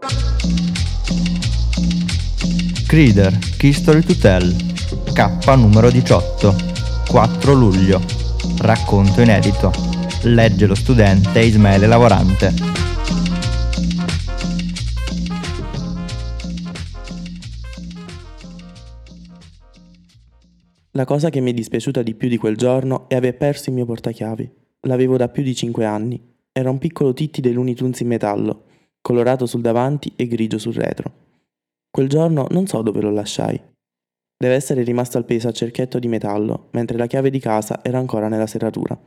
Creeder, History to Tell, K numero 18, 4 luglio. Racconto inedito. Legge lo studente Ismaele Lavorante. La cosa che mi è dispiaciuta di più di quel giorno è aver perso il mio portachiavi. L'avevo da più di 5 anni. Era un piccolo Titti dei Looney Tunes in metallo, colorato sul davanti e grigio sul retro. Quel giorno non so dove lo lasciai. Deve essere rimasto appeso al cerchietto di metallo, mentre la chiave di casa era ancora nella serratura.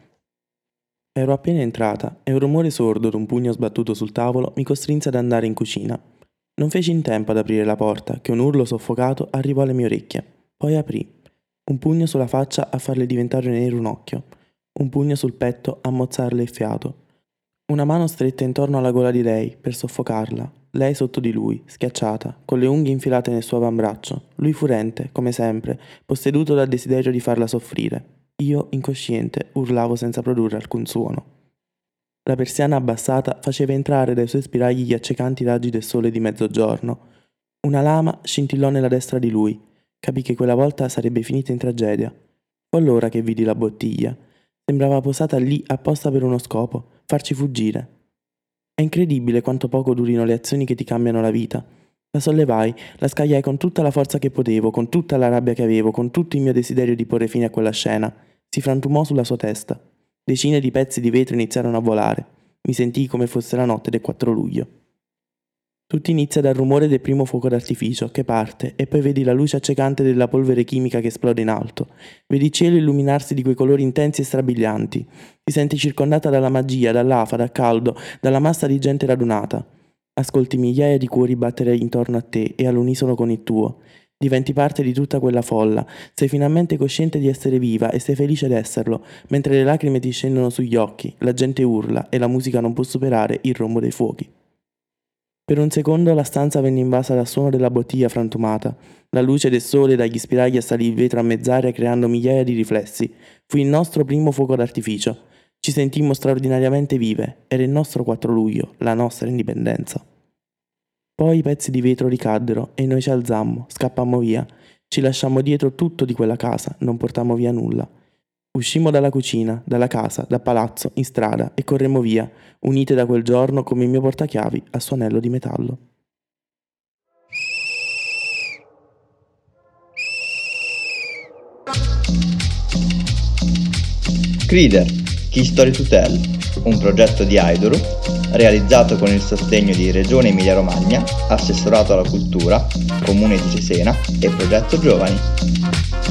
Ero appena entrata e un rumore sordo d'un pugno sbattuto sul tavolo mi costrinse ad andare in cucina. Non feci in tempo ad aprire la porta, che un urlo soffocato arrivò alle mie orecchie. Poi aprì. Un pugno sulla faccia a farle diventare nero un occhio. Un pugno sul petto a mozzarle il fiato. Una mano stretta intorno alla gola di lei per soffocarla. Lei sotto di lui, schiacciata, con le unghie infilate nel suo avambraccio. Lui furente, come sempre, posseduto dal desiderio di farla soffrire. Io, incosciente, urlavo senza produrre alcun suono. La persiana abbassata faceva entrare dai suoi spiragli gli accecanti raggi del sole di mezzogiorno. Una lama scintillò nella destra di lui. Capì che quella volta sarebbe finita in tragedia. Fu allora che vidi la bottiglia. Sembrava posata lì apposta per uno scopo, farci fuggire. È incredibile quanto poco durino le azioni che ti cambiano la vita. La sollevai, la scagliai con tutta la forza che potevo, con tutta la rabbia che avevo, con tutto il mio desiderio di porre fine a quella scena. Si frantumò sulla sua testa. Decine di pezzi di vetro iniziarono a volare. Mi sentii come fosse la notte del 4 luglio. Tutto inizia dal rumore del primo fuoco d'artificio che parte e poi vedi la luce accecante della polvere chimica che esplode in alto. Vedi il cielo illuminarsi di quei colori intensi e strabilianti. Ti senti circondata dalla magia, dall'afa, dal caldo, dalla massa di gente radunata. Ascolti migliaia di cuori battere intorno a te e all'unisono con il tuo. Diventi parte di tutta quella folla. Sei finalmente cosciente di essere viva e sei felice d'esserlo, mentre le lacrime ti scendono sugli occhi, la gente urla e la musica non può superare il rombo dei fuochi. Per un secondo la stanza venne invasa dal suono della bottiglia frantumata. La luce del sole dagli spiragli assalì il vetro a mezz'aria creando migliaia di riflessi. Fu il nostro primo fuoco d'artificio. Ci sentimmo straordinariamente vive. Era il nostro 4 luglio, la nostra indipendenza. Poi i pezzi di vetro ricaddero e noi ci alzammo, scappammo via. Ci lasciammo dietro tutto di quella casa, non portammo via nulla. Uscimmo dalla cucina, dalla casa, dal palazzo, in strada e corremmo via, unite da quel giorno come il mio portachiavi al suo anello di metallo. Creeder, History to Tell, un progetto di Aidoru, realizzato con il sostegno di Regione Emilia-Romagna, Assessorato alla Cultura, Comune di Cesena e Progetto Giovani.